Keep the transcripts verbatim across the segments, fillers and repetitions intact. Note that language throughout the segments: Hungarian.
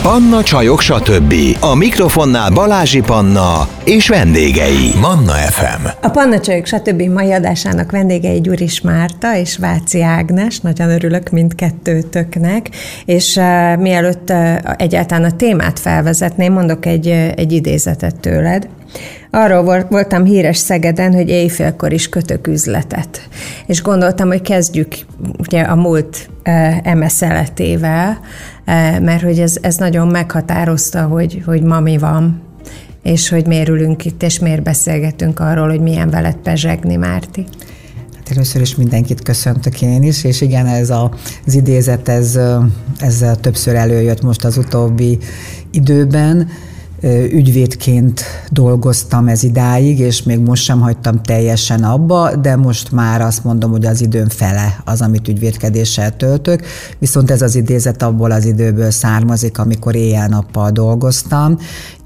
Panna Csajok, stb. A mikrofonnál Balázsi Panna és vendégei. Manna ef em. A Panna Csajok, stb. Mai adásának vendégei Gyuris Márta és Váci Ágnes. Nagyon örülök mindkettőtöknek, és uh, mielőtt uh, egyáltalán a témát felvezetném, mondok egy, uh, egy idézetet tőled. Arról voltam híres Szegeden, hogy éjfélkor is kötök üzletet. És gondoltam, hogy kezdjük ugye a múlt emeszeletével, mert hogy ez, ez nagyon meghatározta, hogy, hogy ma mi van, és hogy miért ülünk itt, és miért beszélgetünk arról, hogy milyen veled pezsegni, Márti. Hát először is mindenkit köszöntök én is, és igen, ez a, az idézet, ez, ez többször előjött most az utóbbi időben. Ügyvédként dolgoztam ez idáig, és még most sem hagytam teljesen abba, de most már azt mondom, hogy az időm fele az, amit ügyvédkedéssel töltök, viszont ez az idézet abból az időből származik, amikor éjjel-nappal dolgoztam,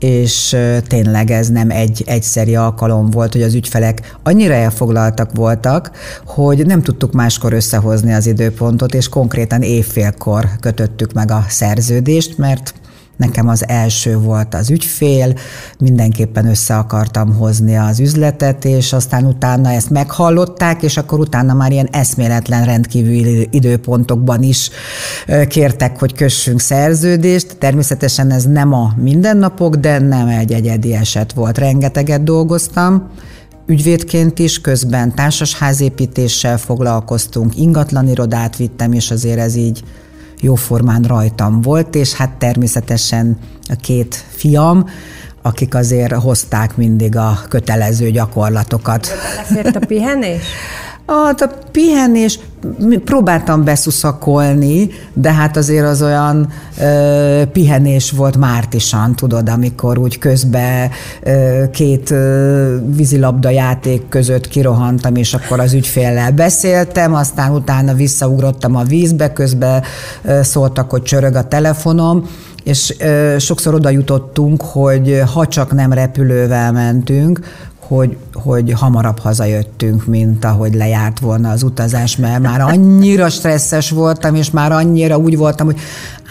és tényleg ez nem egy egyszeri alkalom volt, hogy az ügyfelek annyira elfoglaltak voltak, hogy nem tudtuk máskor összehozni az időpontot, és konkrétan éjfélkor kötöttük meg a szerződést, mert nekem az első volt az ügyfél, mindenképpen össze akartam hozni az üzletet, és aztán utána ezt meghallották, és akkor utána már ilyen eszméletlen rendkívüli időpontokban is kértek, hogy kössünk szerződést. Természetesen ez nem a mindennapok, de nem egy egyedi eset volt. Rengeteget dolgoztam, ügyvédként is, közben társasházépítéssel foglalkoztunk, ingatlanirodát vittem, és azért ez így jóformán rajtam volt, és hát természetesen a két fiam, akik azért hozták mindig a kötelező gyakorlatokat. Belefért a pihenés? Hát a pihenés, próbáltam beszuszakolni, de hát azért az olyan ö, pihenés volt mártisan, tudod, amikor úgy közben ö, két ö, vízilabda játék között kirohantam, és akkor az ügyféllel beszéltem, aztán utána visszaugrottam a vízbe, közben ö, szóltak, hogy csörög a telefonom, és ö, sokszor oda jutottunk, hogy ha csak nem repülővel mentünk, Hogy, hogy hamarabb hazajöttünk, mint ahogy lejárt volna az utazás, mert már annyira stresszes voltam, és már annyira úgy voltam, hogy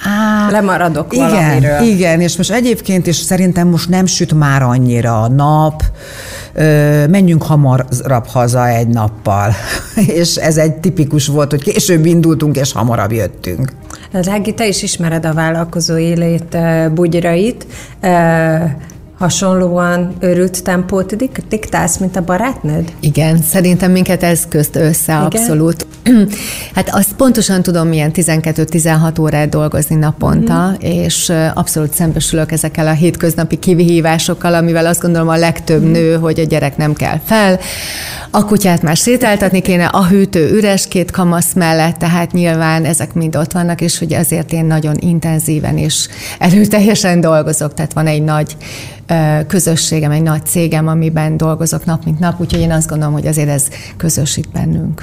á, lemaradok igen, valamiről. Igen, és most egyébként is szerintem most nem süt már annyira a nap, menjünk hamarabb haza egy nappal. És ez egy tipikus volt, hogy később indultunk, és hamarabb jöttünk. Rági, te is ismered a vállalkozó élet bugyrait. Hasonlóan őrült tempót diktálsz, mint a barátnőd? Igen, szerintem minket ez közt össze. Igen? Abszolút. Hát azt pontosan tudom, milyen tizenkettő-tizenhat órát dolgozni naponta, mm. és abszolút szembesülök ezekkel a hétköznapi kihívásokkal, amivel azt gondolom a legtöbb mm. nő, hogy a gyerek nem kell fel, a kutyát már sétáltatni kéne, a hűtő üres két kamasz mellett, tehát nyilván ezek mind ott vannak, és hogy azért én nagyon intenzíven és erőteljesen dolgozok, tehát van egy nagy közösségem, egy nagy cégem, amiben dolgozok nap mint nap, úgyhogy én azt gondolom, hogy azért ez közösít bennünk.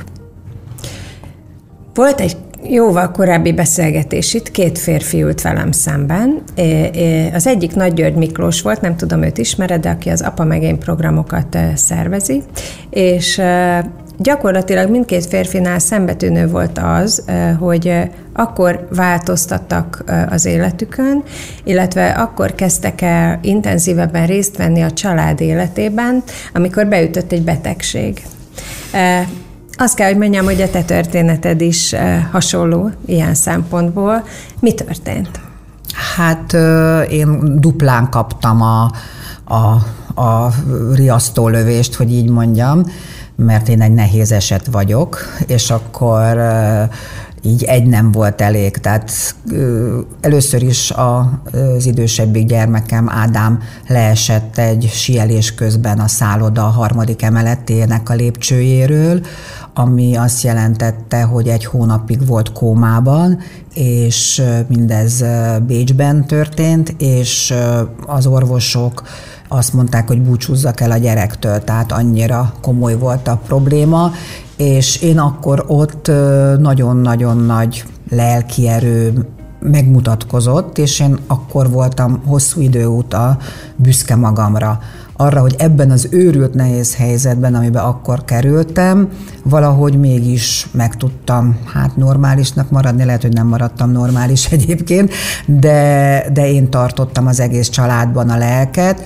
Volt egy jóval korábbi beszélgetés itt, két férfi ült velem szemben. Az egyik Nagy György Miklós volt, nem tudom, őt ismered, de aki az Apa meg én programokat szervezi, és gyakorlatilag mindkét férfinál szembetűnő volt az, hogy akkor változtattak az életükön, illetve akkor kezdtek el intenzívebben részt venni a család életében, amikor beütött egy betegség. Azt kell, hogy mondjam, hogy a te történeted is hasonló ilyen szempontból. Mi történt? Hát én duplán kaptam a, a, a riasztólövést, hogy így mondjam, mert én egy nehéz eset vagyok, és akkor így egy nem volt elég. Tehát először is az idősebbik gyermekem, Ádám, leesett egy síelés közben a szálloda harmadik emeletének a lépcsőjéről, ami azt jelentette, hogy egy hónapig volt kómában, és mindez Bécsben történt, és az orvosok azt mondták, hogy búcsúzzak el a gyerektől, tehát annyira komoly volt a probléma, és én akkor ott nagyon-nagyon nagy lelki erő megmutatkozott, és én akkor voltam hosszú idő óta büszke magamra. Arra, hogy ebben az őrült nehéz helyzetben, amiben akkor kerültem, valahogy mégis meg tudtam hát normálisnak maradni, lehet, hogy nem maradtam normális egyébként, de, de én tartottam az egész családban a lelket,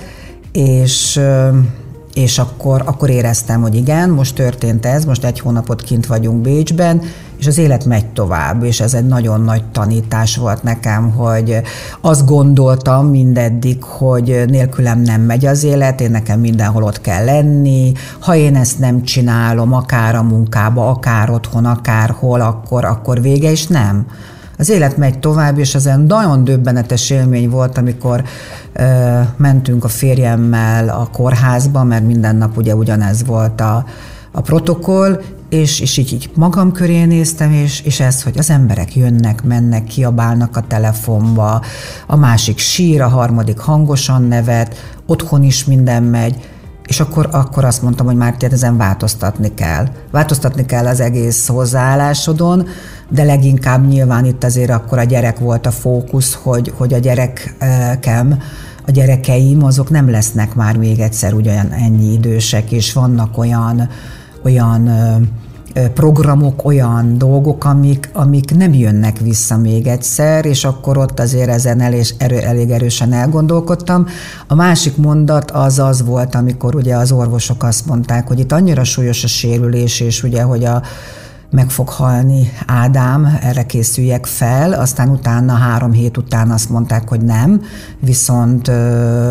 és, és akkor, akkor éreztem, hogy igen, most történt ez, most egy hónapot kint vagyunk Bécsben, és az élet megy tovább, és ez egy nagyon nagy tanítás volt nekem, hogy azt gondoltam mindeddig, hogy nélkülem nem megy az élet, én nekem mindenhol ott kell lenni, ha én ezt nem csinálom, akár a munkába, akár otthon, akárhol, akkor, akkor vége, és nem. Az élet megy tovább, és ez egy nagyon döbbenetes élmény volt, amikor ö, mentünk a férjemmel a kórházba, mert minden nap ugye ugyanez volt a, a protokoll, és, és így, így magam köré néztem, és, és ez, hogy az emberek jönnek, mennek, kiabálnak a telefonba, a másik sír, a harmadik hangosan nevet, otthon is minden megy, és akkor, akkor azt mondtam, hogy már ezen változtatni kell. Változtatni kell az egész hozzáállásodon, de leginkább nyilván itt azért akkor a gyerek volt a fókusz, hogy, hogy a gyerekem, a gyerekeim, azok nem lesznek már még egyszer ugyan ennyi idősek, és vannak olyan, olyan programok, olyan dolgok, amik, amik nem jönnek vissza még egyszer, és akkor ott azért ezen elég, erő, elég erősen elgondolkodtam. A másik mondat az az volt, amikor ugye az orvosok azt mondták, hogy itt annyira súlyos a sérülés, és ugye, hogy a meg fog halni Ádám, erre készüljek fel, aztán utána, három hét után azt mondták, hogy nem, viszont ö,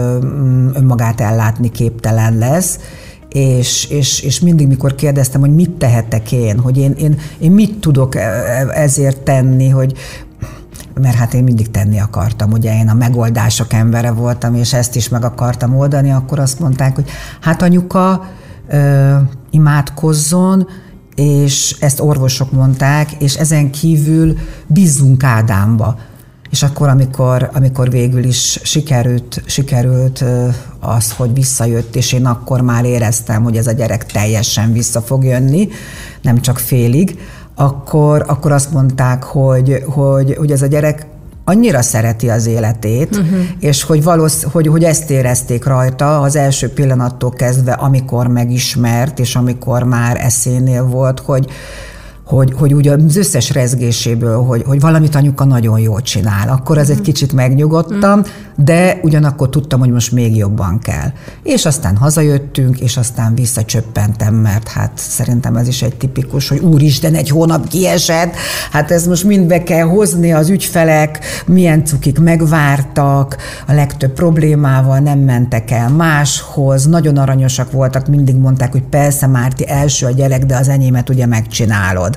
önmagát ellátni képtelen lesz, És, és, és mindig, mikor kérdeztem, hogy mit tehetek én, hogy én, én, én mit tudok ezért tenni, hogy mert hát én mindig tenni akartam, ugye én a megoldások embere voltam, és ezt is meg akartam oldani, akkor azt mondták, hogy hát anyuka, ö, imádkozzon, és ezt orvosok mondták, és ezen kívül bízzunk Ádámba. És akkor, amikor, amikor végül is sikerült, sikerült az, hogy visszajött, és én akkor már éreztem, hogy ez a gyerek teljesen vissza fog jönni, nem csak félig, akkor, akkor azt mondták, hogy, hogy, hogy ez a gyerek annyira szereti az életét, uh-huh. és hogy, valósz, hogy, hogy ezt érezték rajta az első pillanattól kezdve, amikor megismert, és amikor már eszénél volt, hogy Hogy, hogy ugye az összes rezgéséből, hogy, hogy valamit anyuka nagyon jól csinál. Akkor az egy kicsit megnyugodtam, de ugyanakkor tudtam, hogy most még jobban kell. És aztán hazajöttünk, és aztán visszacsöppentem, mert hát szerintem ez is egy tipikus, hogy úristen, egy hónap kiesett, hát ez most mind be kell hozni, az ügyfelek milyen cukik megvártak, a legtöbb problémával nem mentek el máshoz, nagyon aranyosak voltak, mindig mondták, hogy persze Márti, első a gyerek, de az enyémet ugye megcsinálod.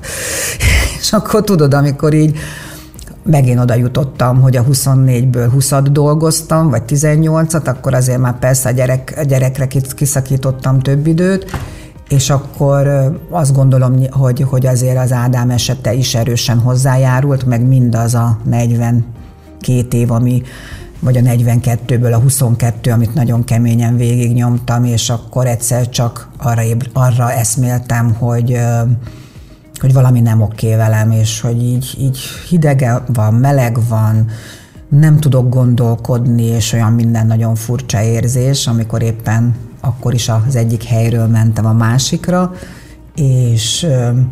És akkor tudod, amikor így megint oda jutottam, hogy a huszonnégyből húszat dolgoztam, vagy tizennyolcat, akkor azért már persze a, gyerek, a gyerekre kiszakítottam több időt, és akkor azt gondolom, hogy, hogy azért az Ádám esete is erősen hozzájárult, meg mindaz a negyvenkét év, ami, vagy a negyvenkettőből a huszonkettő, amit nagyon keményen végignyomtam, és akkor egyszer csak arra, arra eszméltem, hogy hogy valami nem oké velem, és hogy így, így hidege van, meleg van, nem tudok gondolkodni, és olyan minden nagyon furcsa érzés, amikor éppen akkor is az egyik helyről mentem a másikra, és,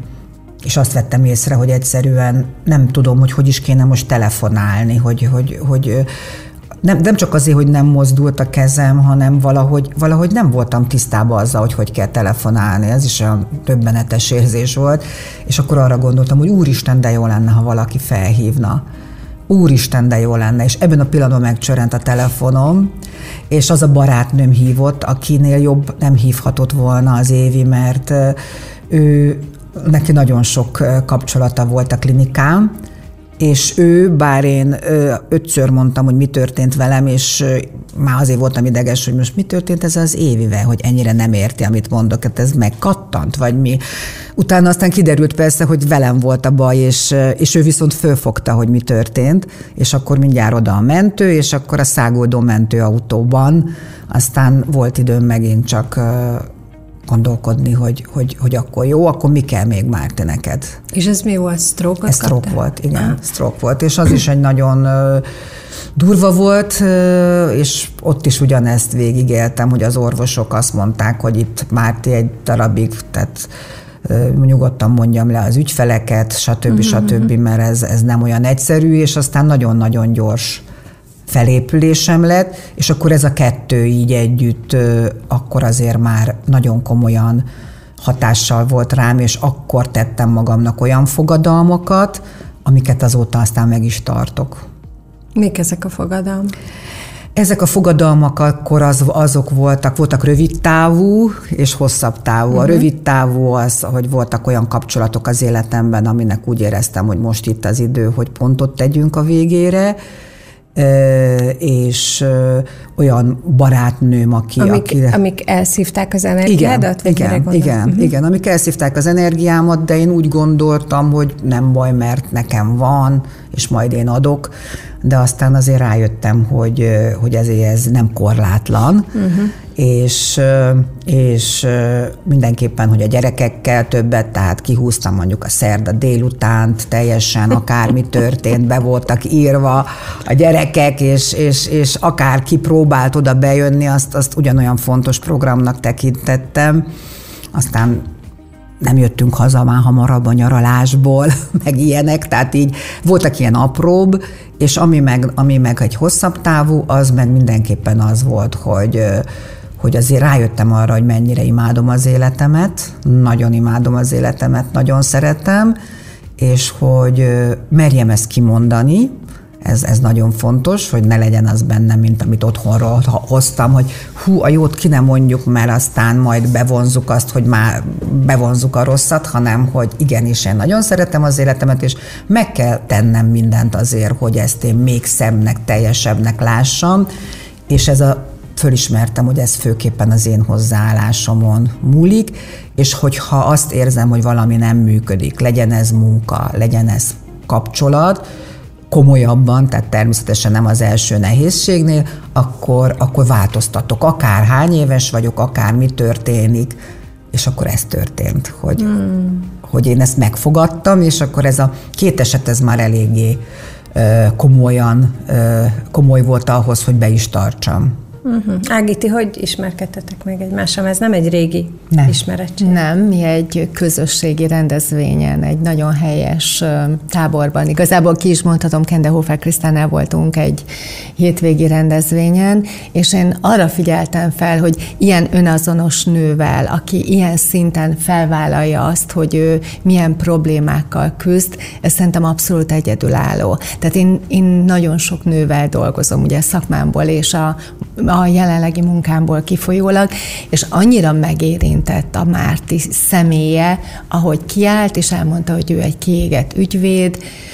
és azt vettem észre, hogy egyszerűen nem tudom, hogy hogy is kéne most telefonálni, hogy, hogy, hogy Nem, nem csak azért, hogy nem mozdult a kezem, hanem valahogy, valahogy nem voltam tisztában azzal, hogy hogy kell telefonálni. Ez is olyan döbbenetes érzés volt. És akkor arra gondoltam, hogy úristen, de jó lenne, ha valaki felhívna. Úristen, de jó lenne. És ebben a pillanatban megcsörrent a telefonom, és az a barátnőm hívott, akinél jobb nem hívhatott volna az Évi, mert ő, neki nagyon sok kapcsolata volt a klinikán, és ő, bár én ö, ötször mondtam, hogy mi történt velem, és ö, már azért voltam ideges, hogy most mi történt ez az Évivel, hogy ennyire nem érti, amit mondok, hát ez megkattant, vagy mi. Utána aztán kiderült persze, hogy velem volt a baj, és, és ő viszont fölfogta, hogy mi történt, és akkor mindjárt oda a mentő, és akkor a száguldó mentőautóban aztán volt időm megint csak ö, gondolkodni, hogy, hogy, hogy akkor jó, akkor mi kell még, Márti, neked? És ez mi volt? Stroke-ot Ez stroke kaptál? volt, igen, Ah. stroke volt, és az is egy nagyon uh, durva volt, uh, és ott is ugyanezt végigéltem, hogy az orvosok azt mondták, hogy itt Márti egy darabig, tehát uh, nyugodtan mondjam le az ügyfeleket, stb. Uh-huh. stb., mert ez, ez nem olyan egyszerű, és aztán nagyon-nagyon gyors felépülésem lett, és akkor ez a kettő így együtt uh, akkor azért már nagyon komolyan hatással volt rám, és akkor tettem magamnak olyan fogadalmakat, amiket azóta aztán meg is tartok. Mik ezek a fogadalmak? Ezek a fogadalmak akkor az, azok voltak, voltak rövid távú és hosszabb távú. Uh-huh. A rövid távú az, hogy voltak olyan kapcsolatok az életemben, aminek úgy éreztem, hogy most itt az idő, hogy pontot tegyünk a végére, és olyan barátnőm, aki... Amik, aki amik elszívták az energiádat? Igen, igen, igen, uh-huh. igen, amik elszívták az energiámat, de én úgy gondoltam, hogy nem baj, mert nekem van, és majd én adok, de aztán azért rájöttem, hogy, hogy ezért ez nem korlátlan, uh-huh. és, és mindenképpen, hogy a gyerekekkel többet, tehát kihúztam mondjuk a szerda délutánt, teljesen akármi történt, be voltak írva a gyerekek, és, és, és akár kipróbált oda bejönni, azt, azt ugyanolyan fontos programnak tekintettem. Aztán nem jöttünk haza már hamarabb a nyaralásból, meg ilyenek, tehát így voltak ilyen apróbb, és ami meg, ami meg egy hosszabb távú, az meg mindenképpen az volt, hogy, hogy azért rájöttem arra, hogy mennyire imádom az életemet, nagyon imádom az életemet, nagyon szeretem, és hogy merjem ezt kimondani, Ez, ez nagyon fontos, hogy ne legyen az benne, mint amit otthonról hoztam, hogy hú, a jót ki nem mondjuk, mert aztán majd bevonzuk azt, hogy már bevonzuk a rosszat, hanem hogy igenis én nagyon szeretem az életemet, és meg kell tennem mindent azért, hogy ezt én még szebbnek, teljesebbnek lássam, és ez a fölismertem, hogy ez főképpen az én hozzáállásomon múlik, és hogyha azt érzem, hogy valami nem működik, legyen ez munka, legyen ez kapcsolat, komolyabban, tehát természetesen nem az első nehézségnél, akkor, akkor változtatok. Akár hány éves vagyok, akár mi történik, és akkor ez történt, hogy, hmm. hogy én ezt megfogadtam, és akkor ez a két eset ez már eléggé ö, komolyan, ö, komoly volt ahhoz, hogy be is tartsam. Uh-huh. Ági, ti hogy ismerkedtetek meg egymással? Ez nem egy régi nem. ismeretség. Nem, mi egy közösségi rendezvényen, egy nagyon helyes táborban. Igazából ki is mondhatom, Kendehofer Krisztánnál voltunk egy hétvégi rendezvényen, és én arra figyeltem fel, hogy ilyen önazonos nővel, aki ilyen szinten felvállalja azt, hogy ő milyen problémákkal küzd, ez szerintem abszolút egyedülálló. Tehát én, én nagyon sok nővel dolgozom, ugye szakmámból és a a jelenlegi munkámból kifolyólag, és annyira megérintett a Márti személye, ahogy kiállt, és elmondta, hogy ő egy kiégett ügyvéd,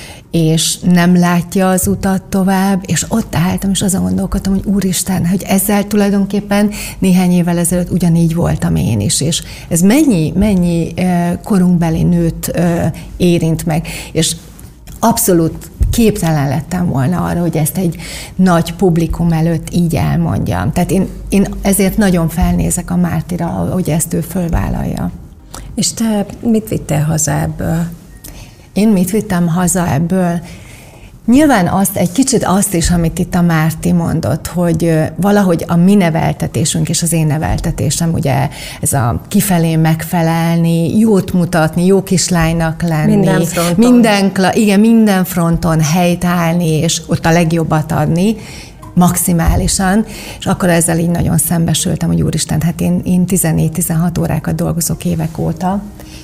és nem látja az utat tovább, és ott álltam, és azon gondolkodtam, hogy úristen, hogy ezzel tulajdonképpen néhány évvel ezelőtt ugyanígy voltam én is, és ez mennyi, mennyi korunkbeli nőt érint meg, és abszolút képtelen lettem volna arra, hogy ezt egy nagy publikum előtt így elmondjam. Tehát én, én ezért nagyon felnézek a Mártira, hogy ezt ő fölvállalja. És te mit vittél haza ebből? Én mit vittem haza ebből? Nyilván azt, egy kicsit azt is, amit itt a Márti mondott, hogy valahogy a mi neveltetésünk és az én neveltetésem, ugye ez a kifelé megfelelni, jót mutatni, jó kislánynak lenni. Minden fronton. Minden, igen, minden fronton helytállni, és ott a legjobbat adni, maximálisan, és akkor ezzel így nagyon szembesültem, hogy úristen, hát én, én tizennégy-tizenhat órákat dolgozok évek óta,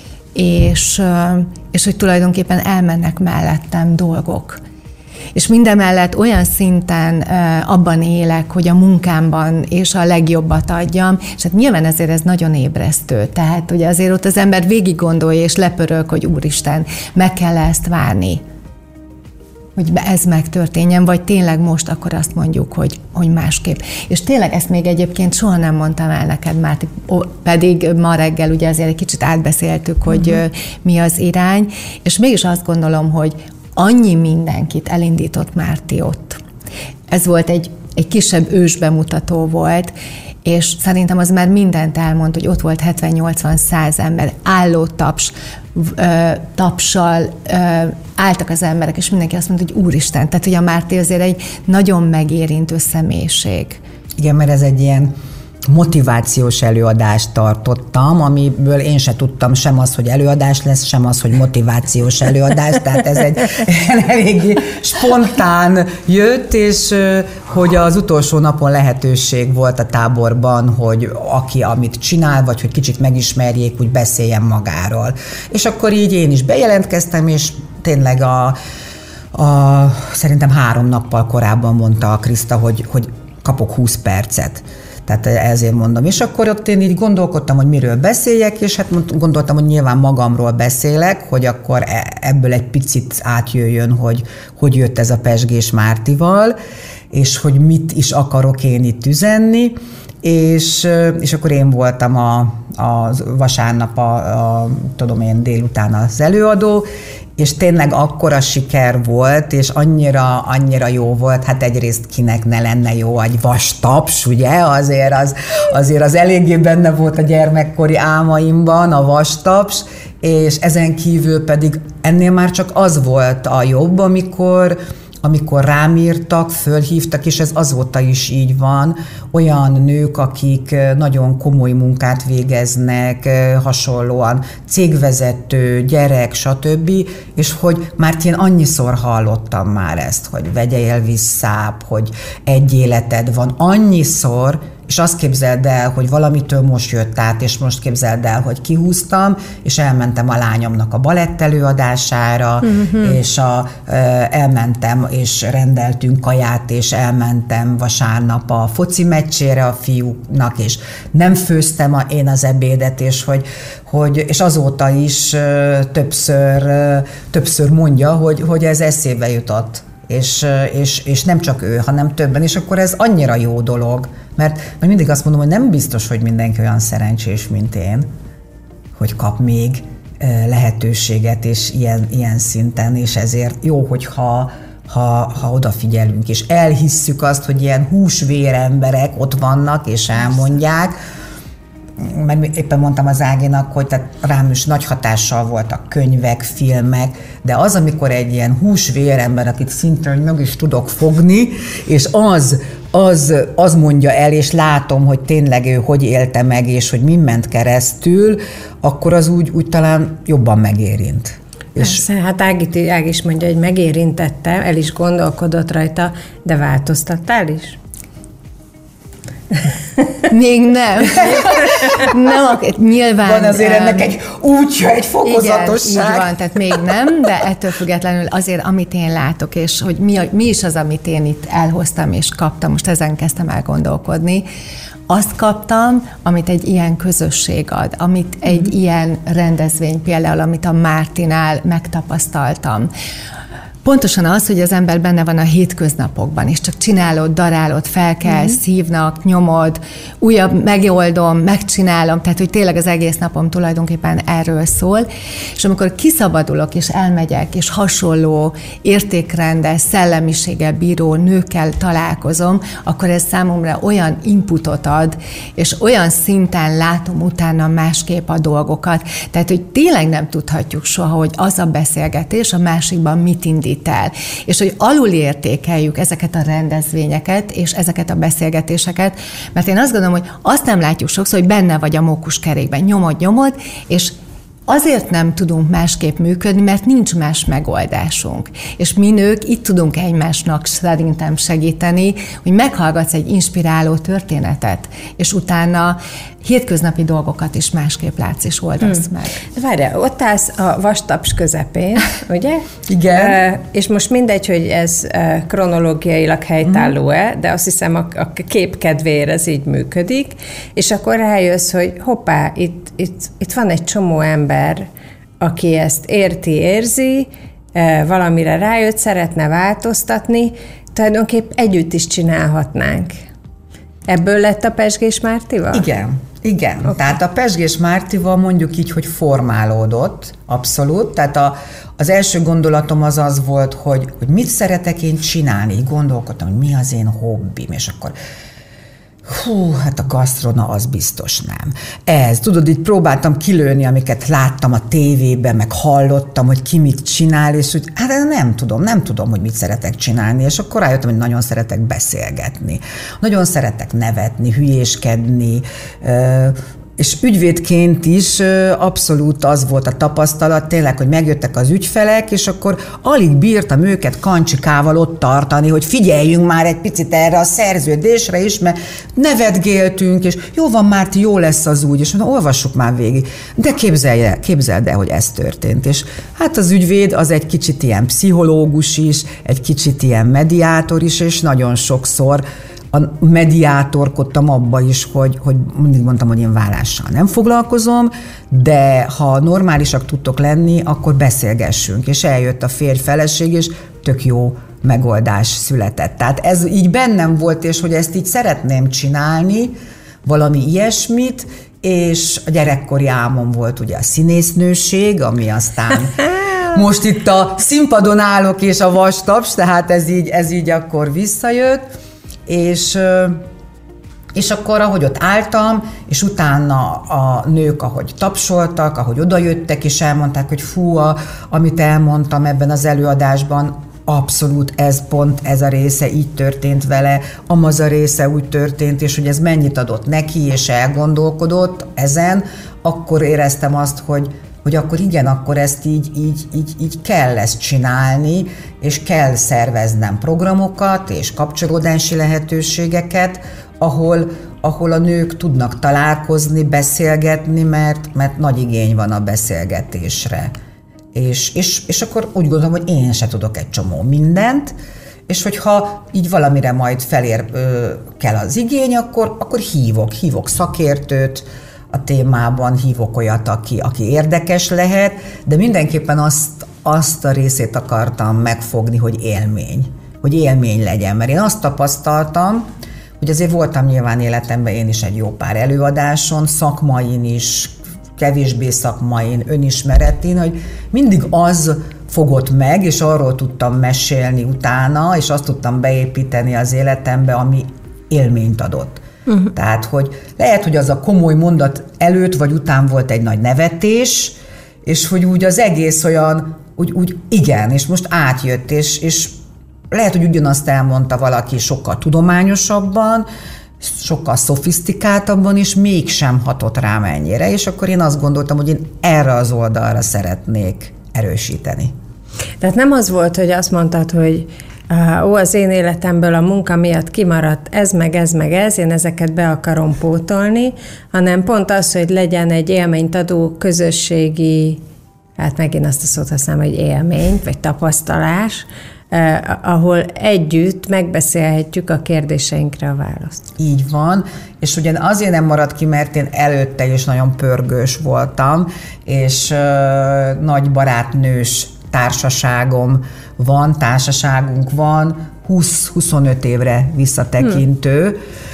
és, és hogy tulajdonképpen elmennek mellettem dolgok. És mindemellett olyan szinten uh, abban élek, hogy a munkámban és a legjobbat adjam, és hát nyilván ezért ez nagyon ébresztő. Tehát ugye azért ott az ember végig gondolja és lepörög, hogy úristen, meg kell ezt várni, hogy ez megtörténjen, vagy tényleg most akkor azt mondjuk, hogy, hogy másképp. És tényleg ezt még egyébként soha nem mondtam el neked, Márti, pedig ma reggel ugye azért egy kicsit átbeszéltük, hogy uh-huh. mi az irány, és mégis azt gondolom, hogy annyi mindenkit elindított Márti ott. Ez volt egy, egy kisebb ősbemutató volt, és szerintem az már mindent elmond, hogy ott volt hetven-nyolcvan-száz ember, álló taps, ö, tapsal ö, álltak az emberek, és mindenki azt mondta, hogy úristen, tehát hogy a Márti azért egy nagyon megérintő személyiség. Igen, mert ez egy ilyen motivációs előadást tartottam, amiből én se tudtam sem az, hogy előadás lesz, sem az, hogy motivációs előadás, tehát ez egy eléggé spontán jött, és hogy az utolsó napon lehetőség volt a táborban, hogy aki amit csinál, vagy hogy kicsit megismerjék, úgy beszéljen magáról. És akkor így én is bejelentkeztem, és tényleg a, a szerintem három nappal korábban mondta a Kriszta, hogy, hogy kapok húsz percet. Tehát ezért mondom. És akkor ott én így gondolkodtam, hogy miről beszéljek, és hát gondoltam, hogy nyilván magamról beszélek, hogy akkor ebből egy picit átjöjjön, hogy hogy jött ez a Pezsgés Mártival, és hogy mit is akarok én itt üzenni, és, és akkor én voltam a, a vasárnap, a, a, tudom én, délután az előadó, és tényleg akkora siker volt, és annyira, annyira jó volt, hát egyrészt kinek ne lenne jó egy vastaps, ugye, azért az, azért az eléggé benne volt a gyermekkori álmaimban a vastaps, és ezen kívül pedig ennél már csak az volt a jobb, amikor amikor rám írtak, fölhívtak, és ez azóta is így van, olyan nők, akik nagyon komoly munkát végeznek, hasonlóan cégvezető, gyerek, stb., és hogy már én annyiszor hallottam már ezt, hogy vegyél visszább, hogy egy életed van, annyiszor, és azt képzeld el, hogy valamitől most jött át, és most képzeld el, hogy kihúztam, és elmentem a lányomnak a balett előadására, uh-huh. és a, elmentem, és rendeltünk kaját, és elmentem vasárnap a foci meccsére a fiúknak, és nem főztem a, én az ebédet, és, hogy, hogy, és azóta is többször, többször mondja, hogy, hogy ez eszébe jutott. És, és, és nem csak ő, hanem többen, és akkor ez annyira jó dolog, mert, mert mindig azt mondom, hogy nem biztos, hogy mindenki olyan szerencsés, mint én, hogy kap még lehetőséget, és ilyen, ilyen szinten, és ezért jó, hogyha ha, ha odafigyelünk, és elhisszük azt, hogy ilyen húsvér emberek ott vannak, és elmondják, mert éppen mondtam az Áginak, hogy tehát rám is nagy hatással voltak könyvek, filmek, de az, amikor egy ilyen húsvér ember, akit szintén meg is tudok fogni, és az, az, az mondja el, és látom, hogy tényleg ő hogy élte meg, és hogy mi ment keresztül, akkor az úgy, úgy talán jobban megérint. Persze, hát Ági, Ági is mondja, hogy megérintette, el is gondolkodott rajta, de változtattál is? Még nem. nem, nyilván. Van azért ennek egy útja, egy fokozatosság. Igen, így van, tehát még nem, de ettől függetlenül azért, amit én látok, és hogy mi, mi is az, amit én itt elhoztam és kaptam, most ezen kezdtem el gondolkodni, azt kaptam, amit egy ilyen közösség ad, amit egy mm-hmm. ilyen rendezvény, például, amit a Mártinál megtapasztaltam. Pontosan az, hogy az ember benne van a hétköznapokban, és csak csinálod, darálod, felkelsz, mm-hmm. hívnak, nyomod, újabb, megoldom, megcsinálom, tehát hogy tényleg az egész napom tulajdonképpen erről szól, és amikor kiszabadulok, és elmegyek, és hasonló értékrenddel, szellemiséggel bíró nőkkel találkozom, akkor ez számomra olyan inputot ad, és olyan szinten látom utána másképp a dolgokat, tehát hogy tényleg nem tudhatjuk soha, hogy az a beszélgetés a másikban mit indít el, és hogy alulértékeljük ezeket a rendezvényeket, és ezeket a beszélgetéseket, mert én azt gondolom, hogy azt nem látjuk sokszor, hogy benne vagy a mókuskerékben, nyomod, nyomod, és azért nem tudunk másképp működni, mert nincs más megoldásunk. És mi nők itt tudunk egymásnak szerintem segíteni, hogy meghallgatsz egy inspiráló történetet, és utána hétköznapi dolgokat is másképp látsz és oldasz hmm. meg. Várjál, ott állsz a vastaps közepén, ugye? Igen. Uh, és most mindegy, hogy ez uh, kronológiailag helytálló-e, hmm. de azt hiszem a, a kép kedvéért ez így működik, és akkor rájössz, hogy hoppá, itt, itt, itt van egy csomó ember, aki ezt érti, érzi, uh, valamire rájött, szeretne változtatni, tulajdonképp együtt is csinálhatnánk. Ebből lett a Pezsgés Mártival? Igen. Igen, okay. Tehát a Pezsgés Mártival mondjuk így, hogy formálódott, abszolút. Tehát a, az első gondolatom az az volt, hogy, hogy mit szeretek én csinálni. Így gondolkodtam, hogy mi az én hobbim, és akkor Hú, hát a gasztrona az biztos nem. Ez, tudod, így próbáltam kilőni, amiket láttam a tévében, meg hallottam, hogy ki mit csinál, és hogy hát nem tudom, nem tudom, hogy mit szeretek csinálni, és akkor rájöttem, hogy nagyon szeretek beszélgetni. Nagyon szeretek nevetni, hülyéskedni, és ügyvédként is abszolút az volt a tapasztalat, tényleg, hogy megjöttek az ügyfelek, és akkor alig bírtam őket kancsikával ott tartani, hogy figyeljünk már egy picit erre a szerződésre is, mert nevetgéltünk, és jó van, Márti, jó lesz az úgy, és mondom, olvassuk már végig. De képzelj, képzeld el, hogy ez történt. És hát az ügyvéd az egy kicsit ilyen pszichológus is, egy kicsit ilyen mediátor is, és nagyon sokszor a mediátorkodtam abba is, hogy, hogy mindig mondtam, hogy én vállással nem foglalkozom, de ha normálisak tudtok lenni, akkor beszélgessünk. És eljött a férj-feleség, és tök jó megoldás született. Tehát ez így bennem volt, és hogy ezt így szeretném csinálni, valami ilyesmit, és a gyerekkori álmom volt ugye a színésznőség, ami aztán most itt a színpadon állok, és a vastaps, tehát ez így, ez így akkor visszajött. És, és akkor, ahogy ott álltam, és utána a nők, ahogy tapsoltak, ahogy odajöttek, és elmondták, hogy fú, a, amit elmondtam ebben az előadásban, abszolút ez pont, ez a része így történt vele, amaz a része úgy történt, és hogy ez mennyit adott neki, és elgondolkodott ezen, akkor éreztem azt, hogy hogy akkor igen, akkor ezt így, így, így, így kell ezt csinálni, és kell szerveznem programokat és kapcsolódási lehetőségeket, ahol, ahol a nők tudnak találkozni, beszélgetni, mert, mert nagy igény van a beszélgetésre. És, és, és akkor úgy gondolom, hogy én se tudok egy csomó mindent, és hogyha így valamire majd felér ö, kell az igény, akkor, akkor hívok, hívok szakértőt, a témában hívok olyat, aki, aki érdekes lehet, de mindenképpen azt, azt a részét akartam megfogni, hogy élmény, hogy élmény legyen, mert én azt tapasztaltam, hogy azért voltam nyilván életemben én is egy jó pár előadáson, szakmain is, kevésbé szakmain, önismeretén, hogy mindig az fogott meg, és arról tudtam mesélni utána, és azt tudtam beépíteni az életembe, ami élményt adott. Uh-huh. Tehát, hogy lehet, hogy az a komoly mondat előtt vagy után volt egy nagy nevetés, és hogy úgy az egész olyan, úgy, úgy igen, és most átjött, és, és lehet, hogy ugyanazt elmondta valaki sokkal tudományosabban, sokkal szofisztikáltabban, és mégsem hatott rám ennyire, és akkor én azt gondoltam, hogy én erre az oldalra szeretnék erősíteni. Tehát nem az volt, hogy azt mondtad, hogy ó, az én életemből a munka miatt kimaradt ez, meg ez, meg ez, én ezeket be akarom pótolni, hanem pont az, hogy legyen egy élményt adó közösségi, hát megint azt a szót használom, hogy élmény, vagy tapasztalás, eh, ahol együtt megbeszélhetjük a kérdéseinkre a választ. Így van, és ugye azért nem maradt ki, mert én előtte is nagyon pörgős voltam, és uh, nagy barátnős társaságom van, társaságunk van, húsz-huszonöt évre visszatekintő,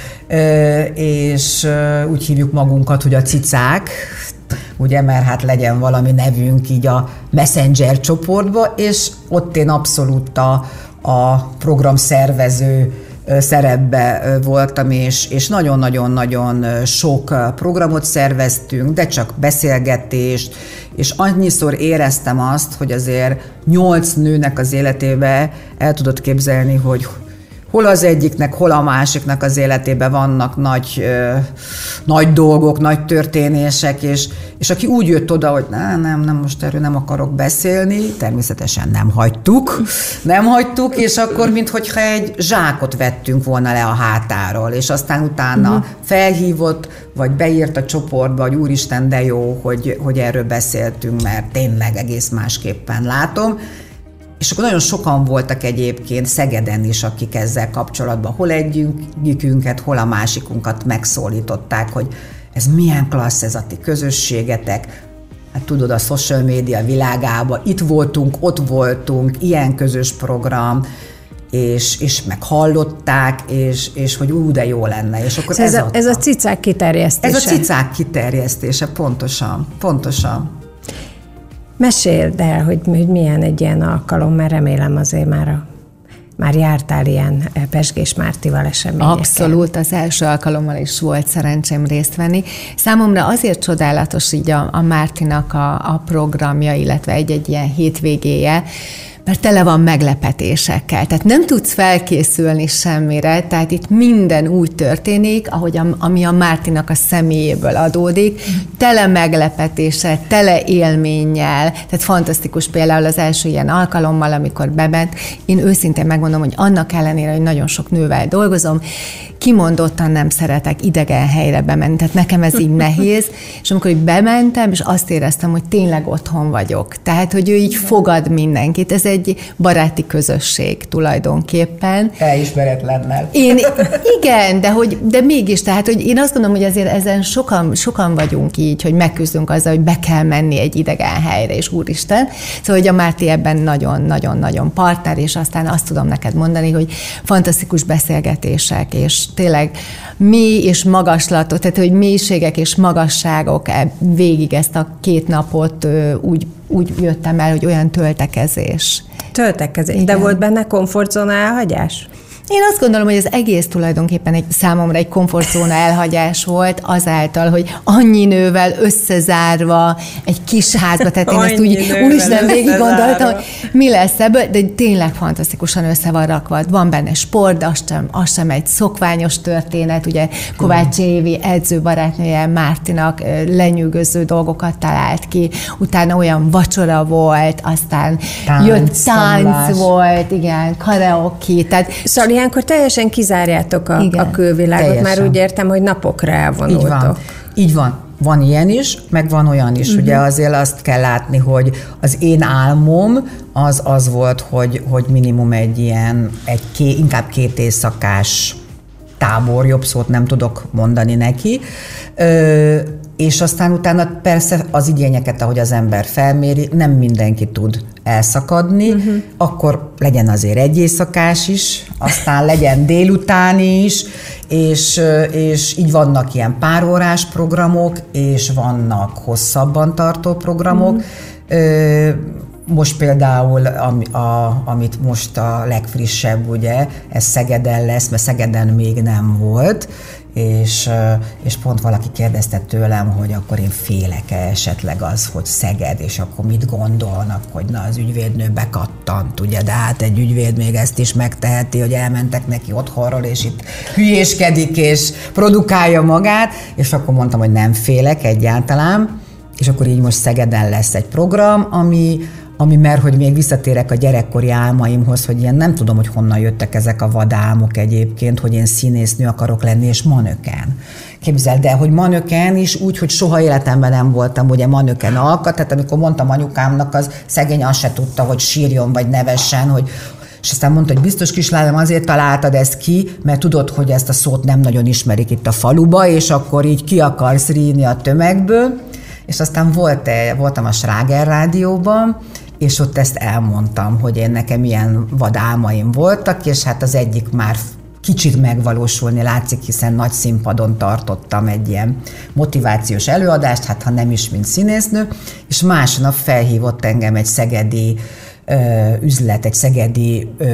hmm. és úgy hívjuk magunkat, hogy a cicák, ugye, mert hát legyen valami nevünk így a Messenger csoportba, és ott én abszolút a, a programszervező szerepbe voltam, és, és nagyon-nagyon-nagyon sok programot szerveztünk, de csak beszélgetést, és annyiszor éreztem azt, hogy azért nyolc nőnek az életébe el tudod képzelni, hogy hol az egyiknek, hol a másiknak az életében vannak nagy, ö, nagy dolgok, nagy történések, és, és aki úgy jött oda, hogy nem, nem, nem, most erről nem akarok beszélni, természetesen nem hagytuk, nem hagytuk, és akkor minthogyha egy zsákot vettünk volna le a hátáról, és aztán utána uh-huh. felhívott, vagy beírt a csoportba, hogy úristen, de jó, hogy, hogy erről beszéltünk, mert tényleg egész másképpen látom. És akkor nagyon sokan voltak egyébként Szegeden is, akik ezzel kapcsolatban hol egyikünket, hol a másikunkat megszólították, hogy ez milyen klassz, ez a ti közösségetek. Hát tudod, a social media világában itt voltunk, ott voltunk, ilyen közös program, és, és meghallották, és, és hogy úgy, de jó lenne. És akkor ez, ez, a, ez a cicák kiterjesztése. Ez a cicák kiterjesztése, pontosan, pontosan. Meséld el, hogy, hogy milyen egy ilyen alkalom, mert remélem azért már a már jártál ilyen Pezsgés Mártival eseményeken. Abszolút, az első alkalommal is volt szerencsém részt venni. Számomra azért csodálatos így a, a Mártinak a, a programja, illetve egy-egy ilyen hétvégéje, mert tele van meglepetésekkel. Tehát nem tudsz felkészülni semmire, tehát itt minden úgy történik, ahogy a, ami a Mártinak a személyéből adódik, tele meglepetéssel, tele élménnyel, tehát fantasztikus például az első ilyen alkalommal, amikor bement. Én őszintén megmondom, hogy annak ellenére, hogy nagyon sok nővel dolgozom, kimondottan nem szeretek idegen helyre bemenni, tehát nekem ez így nehéz, és amikor így bementem, és azt éreztem, hogy tényleg otthon vagyok. Tehát, hogy ő így fogad mindenkit. Ez egy baráti közösség tulajdonképpen. Felismeretlennel. Én, igen, de, hogy, de mégis, tehát, hogy én azt gondolom, hogy azért ezen sokan, sokan vagyunk így, hogy megküzdünk azzal, hogy be kell menni egy idegen helyre, és úristen. Szóval, hogy a Márti ebben nagyon-nagyon-nagyon partner, és aztán azt tudom neked mondani, hogy fantasztikus beszélgetések, és tényleg mély és magaslatok, tehát hogy mélységek és magasságok végig ezt a két napot úgy, úgy jöttem el, hogy olyan töltekezés. Töltekezés. Igen. De volt benne komfortzóna elhagyás? Én azt gondolom, hogy az egész tulajdonképpen egy, számomra egy komfortzóna elhagyás volt azáltal, hogy annyi nővel összezárva egy kis házba, tehát én ezt úgy úristen végig gondoltam, hogy mi lesz ebből, de tényleg fantasztikusan össze van rakva. Van benne sport, de az sem, az sem egy szokványos történet, ugye Kovács Évi edzőbarátnője Mártinak lenyűgöző dolgokat talált ki, utána olyan vacsora volt, aztán tánc, jött tánc tanulás. Volt, igen, karaoke, tehát szóval ilyenkor teljesen kizárjátok a, a külvilágot, teljesen. Már úgy értem, hogy napokra elvonultok. Így van. Így van. Van ilyen is, meg van olyan is. Uh-huh. Ugye azért azt kell látni, hogy az én álmom az az volt, hogy, hogy minimum egy ilyen, egy ké, inkább két éjszakás tábor, jobb szót nem tudok mondani neki. Ö, és aztán utána persze az igényeket, ahogy az ember felméri, nem mindenki tud elszakadni, uh-huh. akkor legyen azért egy éjszakás is, aztán legyen délutáni is, és, és így vannak ilyen párórás programok, és vannak hosszabban tartó programok. Uh-huh. Most például, ami, a, amit most a legfrissebb, ugye, ez Szegeden lesz, mert Szegeden még nem volt, és, és pont valaki kérdezte tőlem, hogy akkor én félek-e esetleg az, hogy Szeged, és akkor mit gondolnak, hogy na, az ügyvédnő bekattant, ugye, de hát egy ügyvéd még ezt is megteheti, hogy elmentek neki otthonról, és itt hülyéskedik, és produkálja magát, és akkor mondtam, hogy nem félek egyáltalán, és akkor így most Szegeden lesz egy program, ami ami mert, hogy még visszatérek a gyerekkori álmaimhoz, hogy ilyen nem tudom, hogy honnan jöttek ezek a vadálmok egyébként, hogy én színésznő akarok lenni, és manöken. Képzeld el, hogy manöken is úgy, hogy soha életemben nem voltam ugye manöken alkat, tehát amikor mondtam anyukámnak, az szegény azt se tudta, hogy sírjon vagy nevessen, hogy és aztán mondta, hogy biztos kislányom, azért találtad ezt ki, mert tudod, hogy ezt a szót nem nagyon ismerik itt a faluba, és akkor így ki akarsz rívni a tömegből. És aztán volt, voltam a Sláger Rádióban, és ott ezt elmondtam, hogy én nekem ilyen vadálmaim voltak, és hát az egyik már kicsit megvalósulni látszik, hiszen nagy színpadon tartottam egy ilyen motivációs előadást, hát ha nem is, mint színésznő, és másnap felhívott engem egy szegedi ö, üzlet, egy szegedi ö,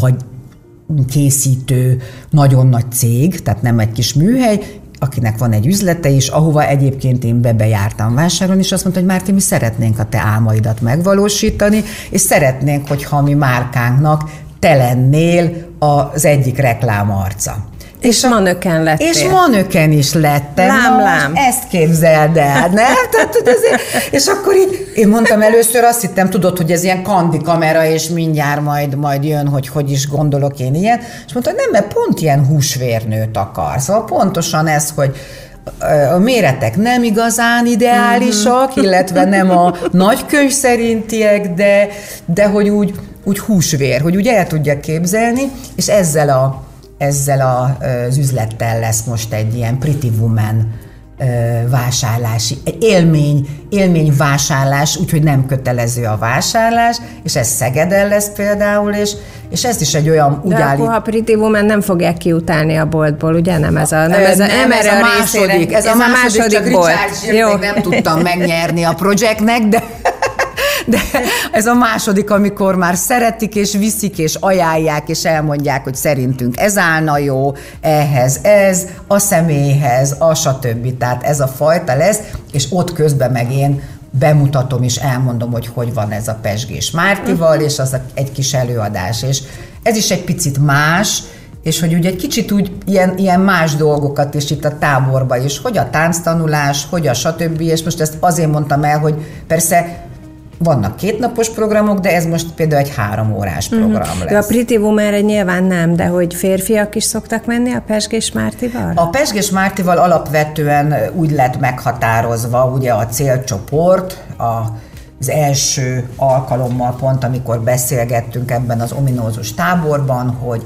ruhakészítő, nagyon nagy cég, tehát nem egy kis műhely, akinek van egy üzlete is, ahova egyébként én bebejártam vásárolni, és azt mondta, hogy Márti, mi szeretnénk a te álmaidat megvalósítani, és szeretnénk, hogyha mi márkánknak te lennél az egyik reklám arca. És, és manöken lettél. És manöken is lettem. Lám, lám. Ezt képzeld el, ne? Tehát, hogy azért, és akkor így, én mondtam először, azt hittem, tudod, hogy ez ilyen kandi kamera, és mindjárt majd, majd jön, hogy hogy is gondolok én ilyen. És mondta, hogy nem, mert pont ilyen húsvérnőt akar. Szóval pontosan ez, hogy a méretek nem igazán ideálisak, uh-huh. illetve nem a nagykönyv szerintiek, de, de hogy úgy, úgy húsvér, hogy úgy el tudja képzelni, és ezzel a ezzel az üzlettel lesz most egy ilyen Pretty Woman vásárlási, élmény, élményvásárlás, úgyhogy nem kötelező a vásárlás, és ez Szegeden lesz például, és, és ez is egy olyan úgy de állít... akkor a Pretty Woman nem fogják kiutálni a boltból, ugye? Nem ez a, nem ez a, nem, nem ez a, a második, ez, ez a második, második csak Richard Gere még nem tudtam megnyerni a projektnek, de de ez a második, amikor már szeretik, és viszik, és ajánlják, és elmondják, hogy szerintünk ez állna jó, ehhez ez, a személyhez, a stb. Tehát ez a fajta lesz, és ott közben meg én bemutatom és elmondom, hogy hogy van ez a Pezsgés Mártival, és az egy kis előadás. És ez is egy picit más, és hogy ugye egy kicsit úgy ilyen, ilyen más dolgokat is itt a táborban is, hogy a tánctanulás, hogy a stb. És most ezt azért mondtam el, hogy persze vannak kétnapos programok, de ez most például egy három órás program uh-huh. lesz. De a Pretty Womanre nyilván nem, de hogy férfiak is szoktak menni a Pezsgés Mártival? A Pezsgés Mártival alapvetően úgy lett meghatározva ugye a célcsoport, a az első alkalommal pont, amikor beszélgettünk ebben az ominózus táborban, hogy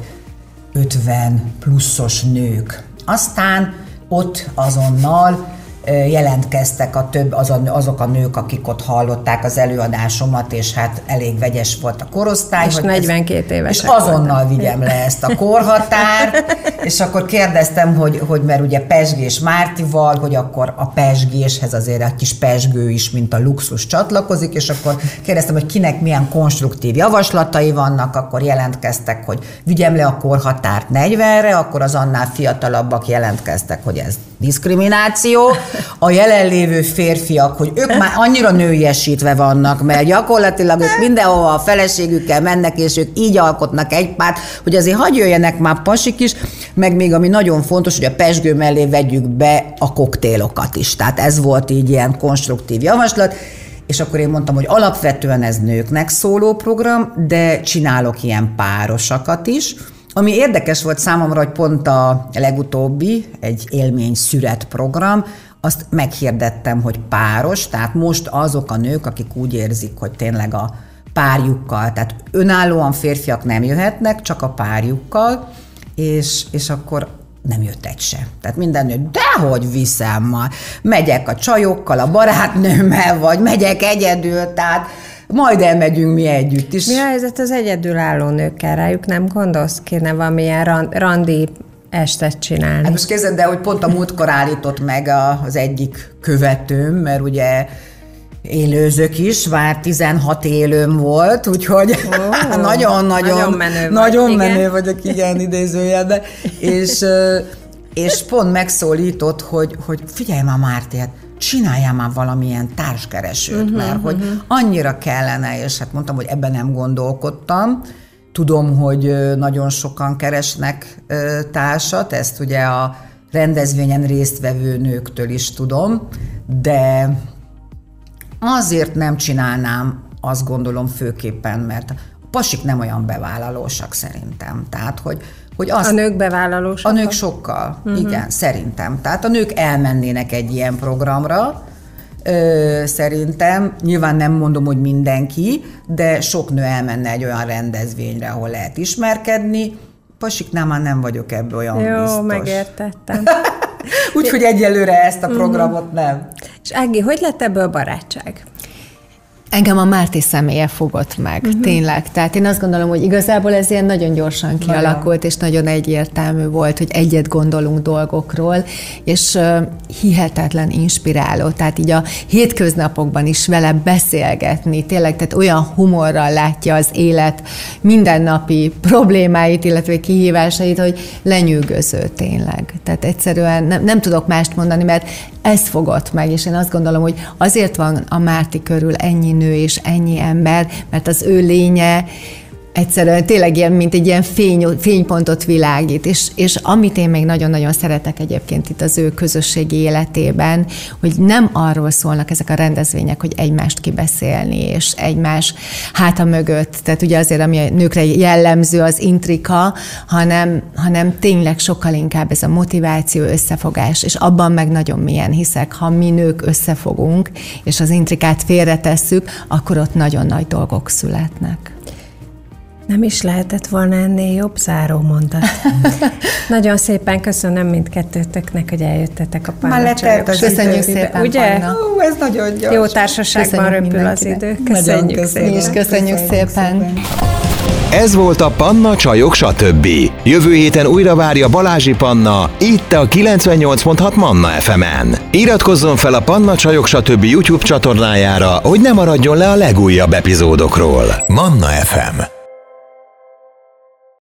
ötven pluszos nők. Aztán ott azonnal jelentkeztek a több, azok a nők, akik ott hallották az előadásomat, és hát elég vegyes volt a korosztály. És negyvenkét évesek. És azonnal voltak. Vigyem le ezt a korhatárt, és akkor kérdeztem, hogy, hogy mert ugye Pezsgés Mártival, hogy akkor a pezsgéshez azért egy kis pezsgő is, mint a luxus csatlakozik, és akkor kérdeztem, hogy kinek milyen konstruktív javaslatai vannak, akkor jelentkeztek, hogy vigyem le a korhatárt negyvenre, akkor az annál fiatalabbak jelentkeztek, hogy ez diszkrimináció. A jelenlévő férfiak, hogy ők már annyira nőiesítve vannak, mert gyakorlatilag ők mindenhova a feleségükkel mennek, és ők így alkotnak egy párt, hogy azért hagyj jöjjenek már pasik is, meg még ami nagyon fontos, hogy a pezsgő mellé vegyük be a koktélokat is. Tehát ez volt így ilyen konstruktív javaslat, és akkor én mondtam, hogy alapvetően ez nőknek szóló program, de csinálok ilyen párosakat is. Ami érdekes volt számomra, hogy pont a legutóbbi, egy élmény szüret program, azt meghirdettem, hogy páros, tehát most azok a nők, akik úgy érzik, hogy tényleg a párjukkal, tehát önállóan férfiak nem jöhetnek, csak a párjukkal, és, és akkor nem jött egy se. Tehát minden nő, dehogy viszem ma, megyek a csajokkal, a barátnőmmel, vagy megyek egyedül, tehát majd elmegyünk mi együtt is. Mi a helyzet az egyedülálló nőkkel? Rájuk nem gondolsz? Kéne valamilyen randi estet csinálni. Hát most képzeld, de hogy pont a múltkor állított meg az egyik követőm, mert ugye élőzők is, már tizenhat élőm volt, úgyhogy oh, nagyon-nagyon nagyon menő, nagyon vagy, menő vagyok, igen, idézőjelben, és, és pont megszólított, hogy, hogy figyelj már Márti, hát csináljál már valamilyen társkeresőt, uh-huh, mert uh-huh. hogy annyira kellene, és hát mondtam, hogy ebben nem gondolkodtam. Tudom, hogy nagyon sokan keresnek társat, ezt ugye a rendezvényen résztvevő nőktől is tudom, de azért nem csinálnám, azt gondolom főképpen, mert a pasik nem olyan bevállalósak szerintem. Tehát, hogy, hogy azt, a nők bevállalósak? A nők sokkal, uh-huh. igen, szerintem. Tehát a nők elmennének egy ilyen programra, Ö, szerintem, nyilván nem mondom, hogy mindenki, de sok nő elmenne egy olyan rendezvényre, ahol lehet ismerkedni. Pasiknál már nem vagyok ebből olyan Jó, biztos. Jó, megértettem. Úgyhogy egyelőre ezt a programot nem. És Ági, hogy lett ebből barátság? Engem a Márti személye fogott meg, uh-huh. tényleg. Tehát én azt gondolom, hogy igazából ez ilyen nagyon gyorsan kialakult, nagyon. És nagyon egyértelmű volt, hogy egyet gondolunk dolgokról, és uh, hihetetlen inspiráló. Tehát így a hétköznapokban is vele beszélgetni, tényleg, tehát olyan humorral látja az élet mindennapi problémáit, illetve kihívásait, hogy lenyűgöző tényleg. Tehát egyszerűen nem, nem tudok mást mondani, mert ez fogott meg, és én azt gondolom, hogy azért van a Márti körül ennyi nő és ennyi ember, mert az ő lénye egyszerűen tényleg ilyen, mint egy ilyen fény, fénypontot világít, és, és amit én még nagyon-nagyon szeretek egyébként itt az ő közösségi életében, hogy nem arról szólnak ezek a rendezvények, hogy egymást kibeszélni, és egymás háta mögött, tehát ugye azért, ami a nőkre jellemző az intrika, hanem, hanem tényleg sokkal inkább ez a motiváció, összefogás, és abban meg nagyon mélyen hiszek, ha mi nők összefogunk, és az intrikát félretesszük, akkor ott nagyon nagy dolgok születnek. Nem is lehetett volna ennél jobb zárómondat. Nagyon szépen köszönöm mindkettőtöknek, hogy eljöttetek a Panna-csajok. Köszönjük szépen, ugye? Ó, ez nagyon gyors. Jó társaságban köszönjük röpül mindenkinek. Az idő. Köszönjük, köszönjük szépen. szépen. Mi is köszönjük szépen. szépen. Ez volt a Panna Csajok stb. Jövő héten újra várja Balázsi Panna, itt a kilencvennyolc pont hat Manna ef emen. Iratkozzon fel a Panna Csajok stb. YouTube csatornájára, hogy ne maradjon le a legújabb epizódokról. Manna ef em.